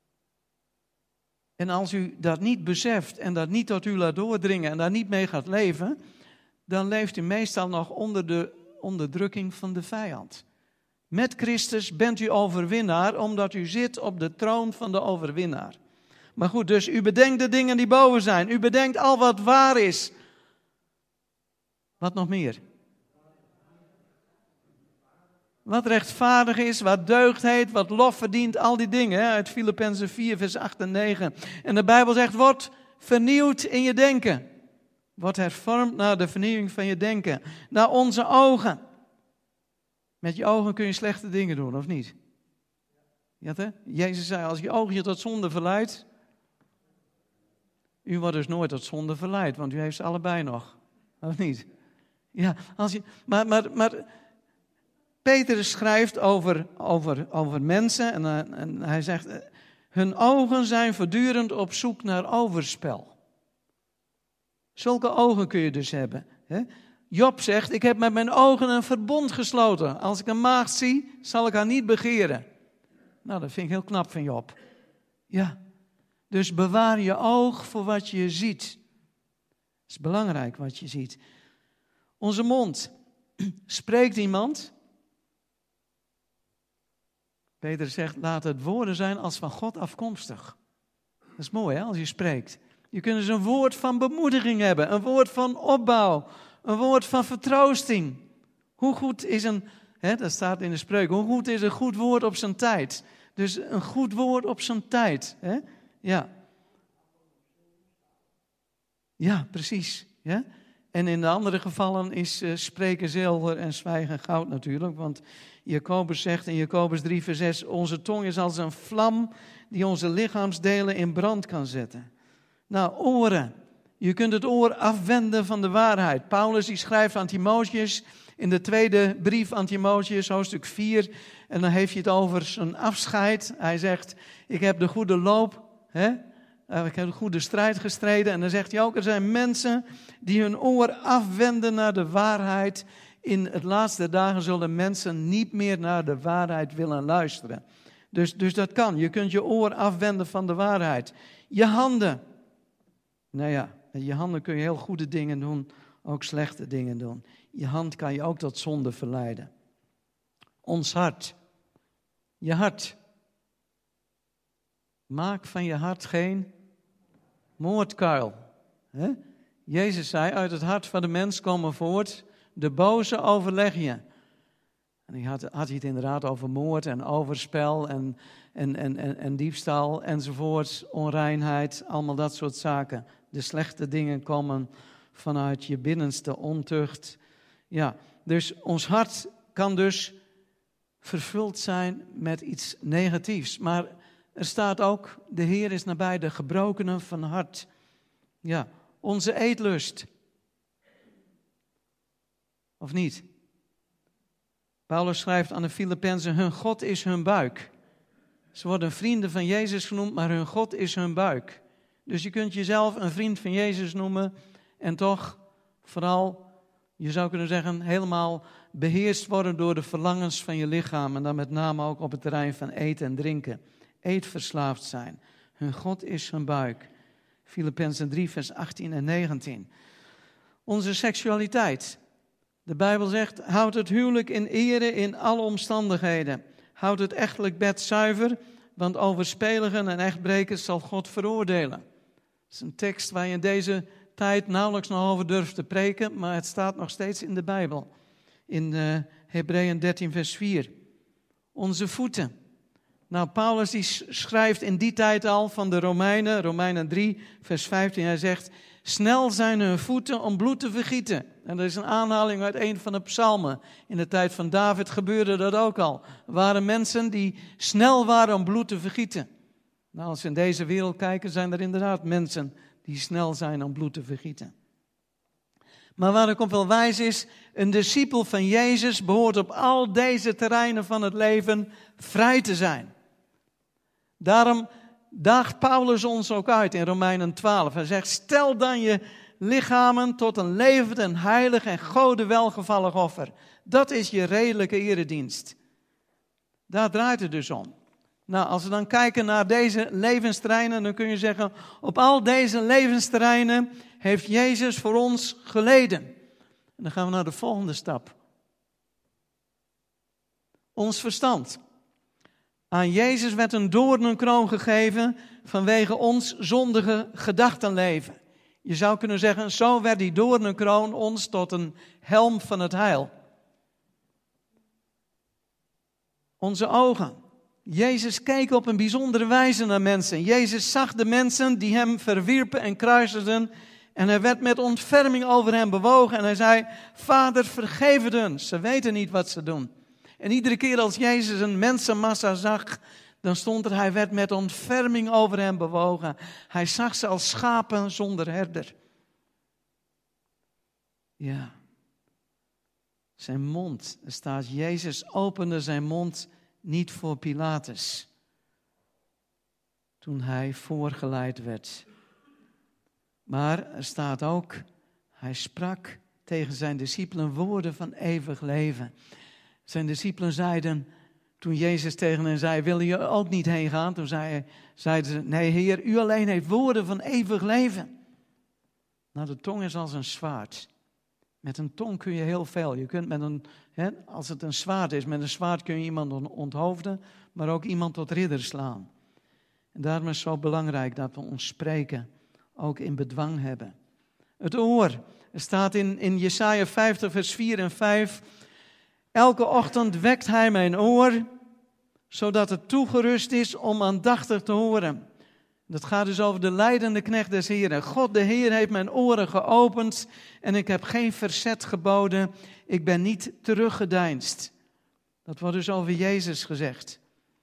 En als u dat niet beseft en dat niet tot u laat doordringen en daar niet mee gaat leven, dan leeft u meestal nog onder de onderdrukking van de vijand. Met Christus bent u overwinnaar, omdat u zit op de troon van de overwinnaar. Maar goed, dus u bedenkt de dingen die boven zijn. U bedenkt al wat waar is. Wat nog meer? Wat rechtvaardig is, wat deugd heet, wat lof verdient, al die dingen. Hè, uit Filippenzen vier, vers acht en negen. En de Bijbel zegt, word vernieuwd in je denken. Word hervormd naar de vernieuwing van je denken. Naar onze ogen. Met je ogen kun je slechte dingen doen, of niet? Ja, hè? Jezus zei, als je ogen je tot zonde verleidt. U wordt dus nooit tot zonde verleid, want u heeft ze allebei nog. Of niet? Ja, als je, maar, maar, maar Petrus schrijft over, over, over mensen en, en hij zegt, hun ogen zijn voortdurend op zoek naar overspel. Zulke ogen kun je dus hebben. Hè? Job zegt, ik heb met mijn ogen een verbond gesloten. Als ik een maagd zie, zal ik haar niet begeren. Nou, dat vind ik heel knap van Job. Ja, dus bewaar je oog voor wat je ziet. Het is belangrijk wat je ziet. Onze mond. Spreekt iemand? Peter zegt, laat het woorden zijn als van God afkomstig. Dat is mooi, hè, als je spreekt. Je kunt dus een woord van bemoediging hebben, een woord van opbouw, een woord van vertroosting. Hoe goed is een, hè, dat staat in de Spreuk, hoe goed is een goed woord op zijn tijd? Dus een goed woord op zijn tijd. Hè? Ja. Ja, precies. Ja? En in de andere gevallen is uh, spreken zilver en zwijgen goud natuurlijk. Want Jacobus zegt in Jacobus drie vers zes, onze tong is als een vlam die onze lichaamsdelen in brand kan zetten. Nou, oren. Je kunt het oor afwenden van de waarheid. Paulus die schrijft aan Timotheus in de tweede brief aan Timotheus, hoofdstuk vier. En dan heeft hij het over zijn afscheid. Hij zegt, ik heb de goede loop, hè? Ik heb de goede strijd gestreden. En dan zegt hij ook, er zijn mensen die hun oor afwenden naar de waarheid. In het laatste dagen zullen mensen niet meer naar de waarheid willen luisteren. Dus, dus dat kan. Je kunt je oor afwenden van de waarheid. Je handen. Nou ja, met je handen kun je heel goede dingen doen, ook slechte dingen doen. Je hand kan je ook tot zonde verleiden. Ons hart. Je hart. Maak van je hart geen moordkuil. He? Jezus zei, uit het hart van de mens komen voort de boze overleggen. En hij had, had hij het inderdaad over moord en overspel en, en, en, en, en diefstal enzovoort, onreinheid, allemaal dat soort zaken. De slechte dingen komen vanuit je binnenste ontucht. Ja, dus ons hart kan dus vervuld zijn met iets negatiefs. Maar er staat ook, de Heer is nabij de gebrokenen van hart. Ja, onze eetlust. Of niet? Paulus schrijft aan de Filippenzen, hun God is hun buik. Ze worden vrienden van Jezus genoemd, maar hun God is hun buik. Dus je kunt jezelf een vriend van Jezus noemen en toch vooral, je zou kunnen zeggen, helemaal beheerst worden door de verlangens van je lichaam. En dan met name ook op het terrein van eten en drinken. Eetverslaafd zijn. Hun God is hun buik. Filippenzen drie vers achttien en negentien. Onze seksualiteit. De Bijbel zegt, houd het huwelijk in ere in alle omstandigheden. Houd het echtelijk bed zuiver, want overspeligen en echtbrekers zal God veroordelen. Dat is een tekst waar je in deze tijd nauwelijks nog over durft te preken, maar het staat nog steeds in de Bijbel. In uh, Hebreeën dertien vers vier. Onze voeten. Nou, Paulus die schrijft in die tijd al van de Romeinen, Romeinen drie vers vijftien. Hij zegt, snel zijn hun voeten om bloed te vergieten. En dat is een aanhaling uit een van de psalmen. In de tijd van David gebeurde dat ook al. Er waren mensen die snel waren om bloed te vergieten. Nou, als we in deze wereld kijken, zijn er inderdaad mensen die snel zijn om bloed te vergieten. Maar waar ik op wil wijzen is, een discipel van Jezus behoort op al deze terreinen van het leven vrij te zijn. Daarom daagt Paulus ons ook uit in Romeinen twaalf. Hij zegt, stel dan je lichamen tot een levend en heilig en Gode welgevallig offer. Dat is je redelijke eredienst. Daar draait het dus om. Nou, als we dan kijken naar deze levensterreinen, dan kun je zeggen, op al deze levensterreinen heeft Jezus voor ons geleden. En dan gaan we naar de volgende stap. Ons verstand. Aan Jezus werd een doornenkroon gegeven vanwege ons zondige gedachtenleven. Je zou kunnen zeggen, zo werd die doornenkroon ons tot een helm van het heil. Onze ogen. Jezus keek op een bijzondere wijze naar mensen. Jezus zag de mensen die hem verwierpen en kruisigden. En hij werd met ontferming over hen bewogen. En hij zei, Vader, vergeef het hun. Ze weten niet wat ze doen. En iedere keer als Jezus een mensenmassa zag, dan stond er, hij werd met ontferming over hen bewogen. Hij zag ze als schapen zonder herder. Ja. Zijn mond, er staat, Jezus opende zijn mond niet voor Pilatus, toen hij voorgeleid werd. Maar er staat ook, hij sprak tegen zijn discipelen woorden van eeuwig leven. Zijn discipelen zeiden, toen Jezus tegen hen zei, wil je ook niet heen gaan? Toen zei, zeiden ze, nee Heer, u alleen heeft woorden van eeuwig leven. Nou, de tong is als een zwaard. Met een tong kun je heel veel. Je kunt met een, hè, als het een zwaard is, met een zwaard kun je iemand onthoofden, maar ook iemand tot ridder slaan. En daarom is het zo belangrijk dat we ons spreken ook in bedwang hebben. Het oor. Er staat in, in Jesaja vijftig, vers vier en vijf. Elke ochtend wekt hij mijn oor, zodat het toegerust is om aandachtig te horen. Dat gaat dus over de lijdende knecht des Heeren. God de Heer heeft mijn oren geopend en ik heb geen verzet geboden. Ik ben niet teruggedeinsd. Dat wordt dus over Jezus gezegd.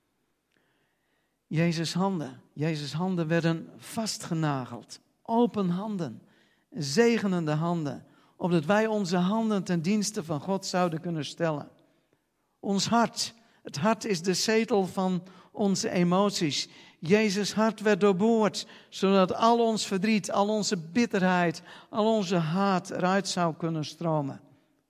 Jezus' handen. Jezus' handen werden vastgenageld. Open handen. Zegenende handen. Opdat wij onze handen ten dienste van God zouden kunnen stellen. Ons hart. Het hart is de zetel van onze emoties. Jezus' hart werd doorboord, zodat al ons verdriet, al onze bitterheid, al onze haat eruit zou kunnen stromen.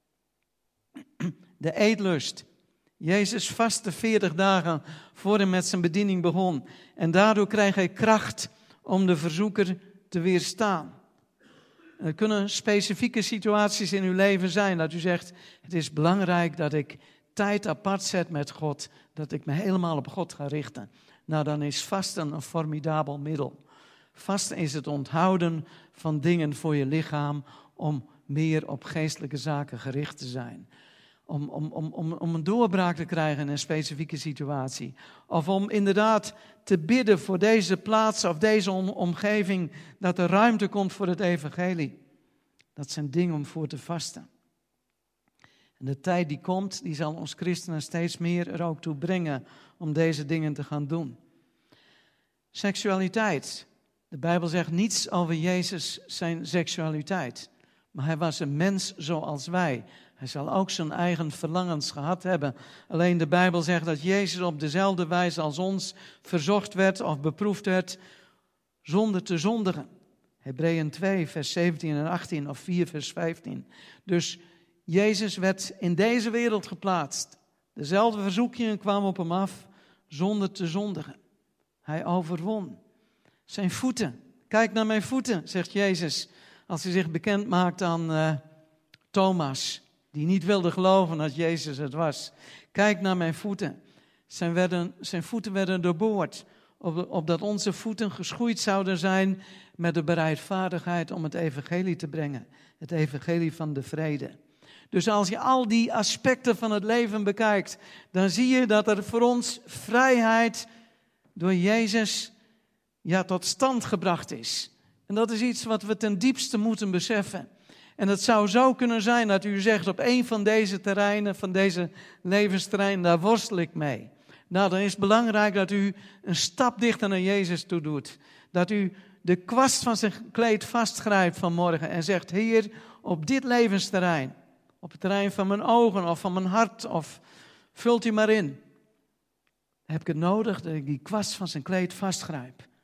De eetlust. Jezus vastte veertig dagen voor hij met zijn bediening begon. En daardoor kreeg hij kracht om de verzoeker te weerstaan. Er kunnen specifieke situaties in uw leven zijn dat u zegt, het is belangrijk dat ik tijd apart zet met God, dat ik me helemaal op God ga richten. Nou, dan is vasten een formidabel middel. Vasten is het onthouden van dingen voor je lichaam om meer op geestelijke zaken gericht te zijn. Om, om, om, om, om een doorbraak te krijgen in een specifieke situatie. Of om inderdaad te bidden voor deze plaats of deze om, omgeving, dat er ruimte komt voor het evangelie. Dat zijn dingen om voor te vasten. En de tijd die komt, die zal ons christenen steeds meer er ook toe brengen om deze dingen te gaan doen. Seksualiteit. De Bijbel zegt niets over Jezus zijn seksualiteit. Maar hij was een mens zoals wij. Hij zal ook zijn eigen verlangens gehad hebben. Alleen de Bijbel zegt dat Jezus op dezelfde wijze als ons verzocht werd of beproefd werd zonder te zondigen. Hebreeën twee, vers zeventien en achttien of vier, vers vijftien. Dus Jezus werd in deze wereld geplaatst. Dezelfde verzoekingen kwamen op hem af zonder te zondigen. Hij overwon. Zijn voeten. Kijk naar mijn voeten, zegt Jezus. Als hij zich bekend maakt aan uh, Thomas, die niet wilde geloven dat Jezus het was. Kijk naar mijn voeten. Zijn, werden, zijn voeten werden doorboord, op, opdat onze voeten geschoeid zouden zijn met de bereidvaardigheid om het evangelie te brengen. Het evangelie van de vrede. Dus als je al die aspecten van het leven bekijkt, dan zie je dat er voor ons vrijheid door Jezus ja, tot stand gebracht is. En dat is iets wat we ten diepste moeten beseffen. En het zou zo kunnen zijn dat u zegt, op een van deze terreinen, van deze levensterreinen, daar worstel ik mee. Nou, dan is het belangrijk dat u een stap dichter naar Jezus toe doet. Dat u de kwast van zijn kleed vastgrijpt vanmorgen en zegt, Heer, op dit levensterrein, op het terrein van mijn ogen of van mijn hart, of vult u maar in. Heb ik het nodig dat ik die kwast van zijn kleed vastgrijp.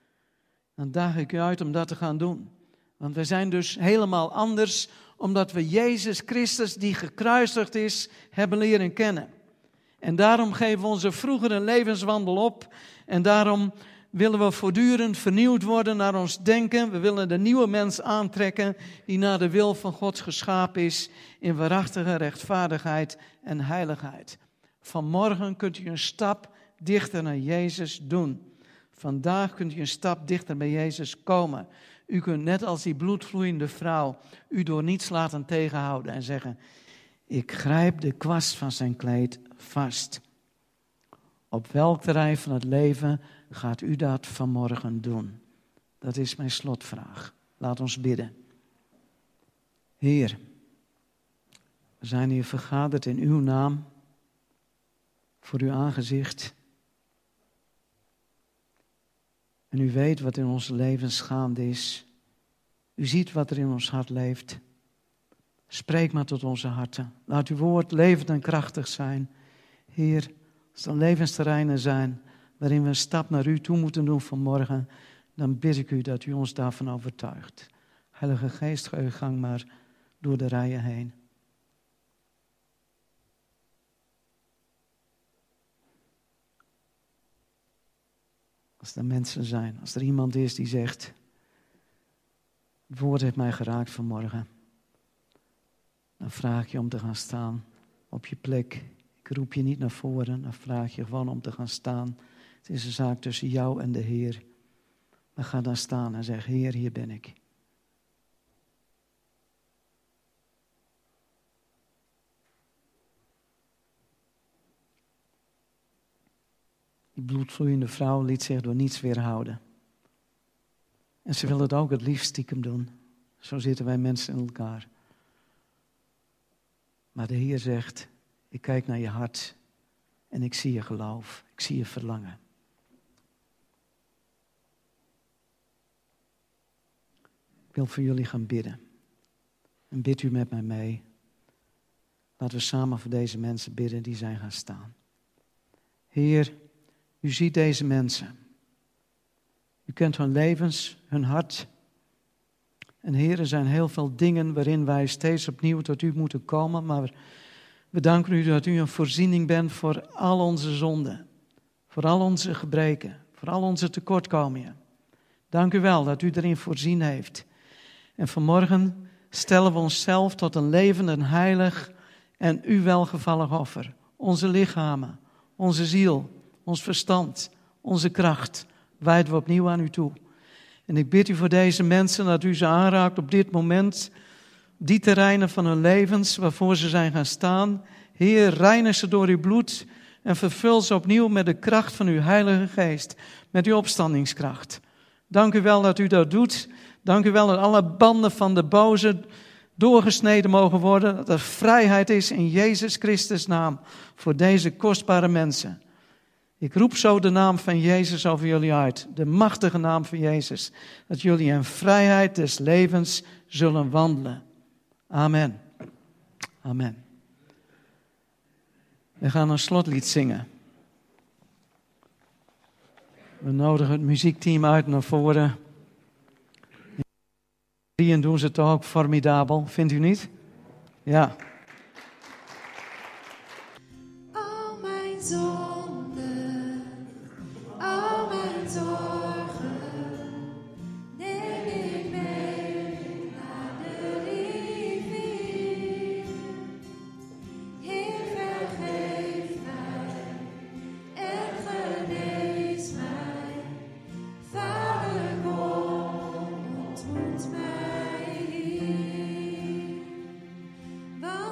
Dan daag ik u uit om dat te gaan doen. Want wij zijn dus helemaal anders, omdat we Jezus Christus, die gekruisigd is, hebben leren kennen. En daarom geven we onze vroegere levenswandel op. En daarom willen we voortdurend vernieuwd worden naar ons denken. We willen de nieuwe mens aantrekken die naar de wil van God geschapen is in waarachtige rechtvaardigheid en heiligheid. Vanmorgen kunt u een stap dichter naar Jezus doen. Vandaag kunt u een stap dichter bij Jezus komen. U kunt net als die bloedvloeiende vrouw u door niets laten tegenhouden en zeggen: ik grijp de kwast van zijn kleed vast. Op welk terrein van het leven gaat u dat vanmorgen doen? Dat is mijn slotvraag. Laat ons bidden. Heer, we zijn hier vergaderd in uw naam, voor uw aangezicht. En u weet wat in onze levens gaande is. U ziet wat er in ons hart leeft. Spreek maar tot onze harten. Laat uw woord levend en krachtig zijn. Heer, als er levensterreinen zijn waarin we een stap naar u toe moeten doen vanmorgen, dan bid ik u dat u ons daarvan overtuigt. Heilige Geest, ga uw gang maar door de rijen heen. Als er mensen zijn, als er iemand is die zegt: het woord heeft mij geraakt vanmorgen, dan vraag ik je om te gaan staan op je plek. Ik roep je niet naar voren, dan vraag je gewoon om te gaan staan. Het is een zaak tussen jou en de Heer. Maar ga dan staan en zeg: Heer, hier ben ik. Die bloedvloeiende vrouw liet zich door niets weerhouden. En ze wil het ook het liefst stiekem doen. Zo zitten wij mensen in elkaar. Maar de Heer zegt: ik kijk naar je hart en ik zie je geloof. Ik zie je verlangen. Ik wil voor jullie gaan bidden. En bid u met mij mee. Laten we samen voor deze mensen bidden die zijn gaan staan. Heer, u ziet deze mensen. U kent hun levens, hun hart. En Heer, er zijn heel veel dingen waarin wij steeds opnieuw tot u moeten komen. Maar we danken u dat u een voorziening bent voor al onze zonden. Voor al onze gebreken. Voor al onze tekortkomingen. Dank u wel dat u erin voorzien heeft. En vanmorgen stellen we onszelf tot een levend en heilig en u welgevallig offer. Onze lichamen, onze ziel, ons verstand, onze kracht wijden we opnieuw aan u toe. En ik bid u voor deze mensen dat u ze aanraakt op dit moment, die terreinen van hun levens waarvoor ze zijn gaan staan. Heer, reinig ze door uw bloed en vervul ze opnieuw met de kracht van uw Heilige Geest, met uw opstandingskracht. Dank u wel dat u dat doet. Dank u wel dat alle banden van de boze doorgesneden mogen worden. Dat er vrijheid is in Jezus Christus' naam voor deze kostbare mensen. Ik roep zo de naam van Jezus over jullie uit. De machtige naam van Jezus. Dat jullie in vrijheid des levens zullen wandelen. Amen. Amen. We gaan een slotlied zingen. We nodigen het muziekteam uit naar voren. En doen ze toch ook formidabel, vindt u niet? Ja. Al mijn zonden, al mijn zorgen, neem ik mee naar de rivier. Heer, vergeef mij en genees mij. Vader, kom, ontmoet mij hier. Want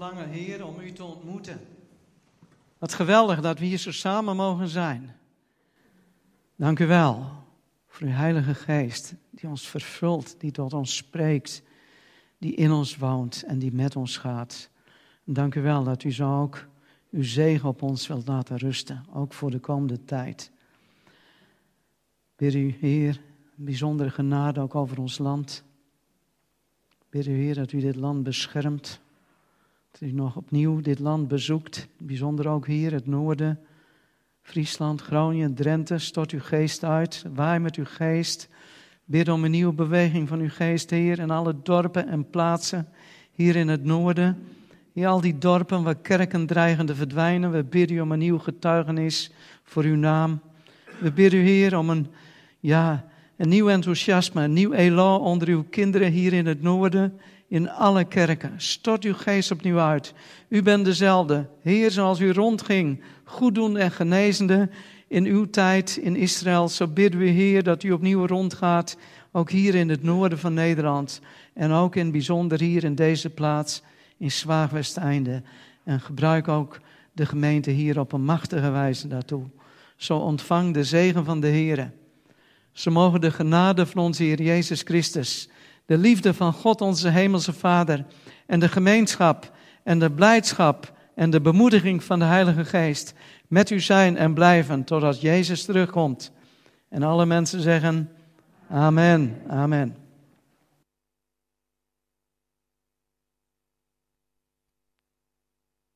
verlangen, Heer, om u te ontmoeten. Wat geweldig dat we hier zo samen mogen zijn. Dank u wel voor uw Heilige Geest die ons vervult, die tot ons spreekt, die in ons woont en die met ons gaat. En dank u wel dat u zo ook uw zegen op ons wilt laten rusten, ook voor de komende tijd. Bid u, Heer, een bijzondere genade ook over ons land. Bid u, Heer, dat u dit land beschermt. Dat u nog opnieuw dit land bezoekt. Bijzonder ook hier, het noorden. Friesland, Groningen, Drenthe. Stort uw geest uit. Waai met uw geest. Bid om een nieuwe beweging van uw geest, Heer. In alle dorpen en plaatsen hier in het noorden. In al die dorpen waar kerken dreigen te verdwijnen. We bidden u om een nieuw getuigenis voor uw naam. We bidden u, Heer, om een, ja, een nieuw enthousiasme, een nieuw elan onder uw kinderen hier in het noorden. In alle kerken. Stort uw geest opnieuw uit. U bent dezelfde. Heer, zoals u rondging, goeddoende en genezende in uw tijd in Israël. Zo bidden we, Heer, dat u opnieuw rondgaat. Ook hier in het noorden van Nederland. En ook in het bijzonder hier in deze plaats in Zwaagwesteinde. En gebruik ook de gemeente hier op een machtige wijze daartoe. Zo ontvang de zegen van de Heer. Zo mogen de genade van onze Heer Jezus Christus, de liefde van God onze hemelse Vader en de gemeenschap en de blijdschap en de bemoediging van de Heilige Geest met u zijn en blijven totdat Jezus terugkomt. En alle mensen zeggen, amen, amen.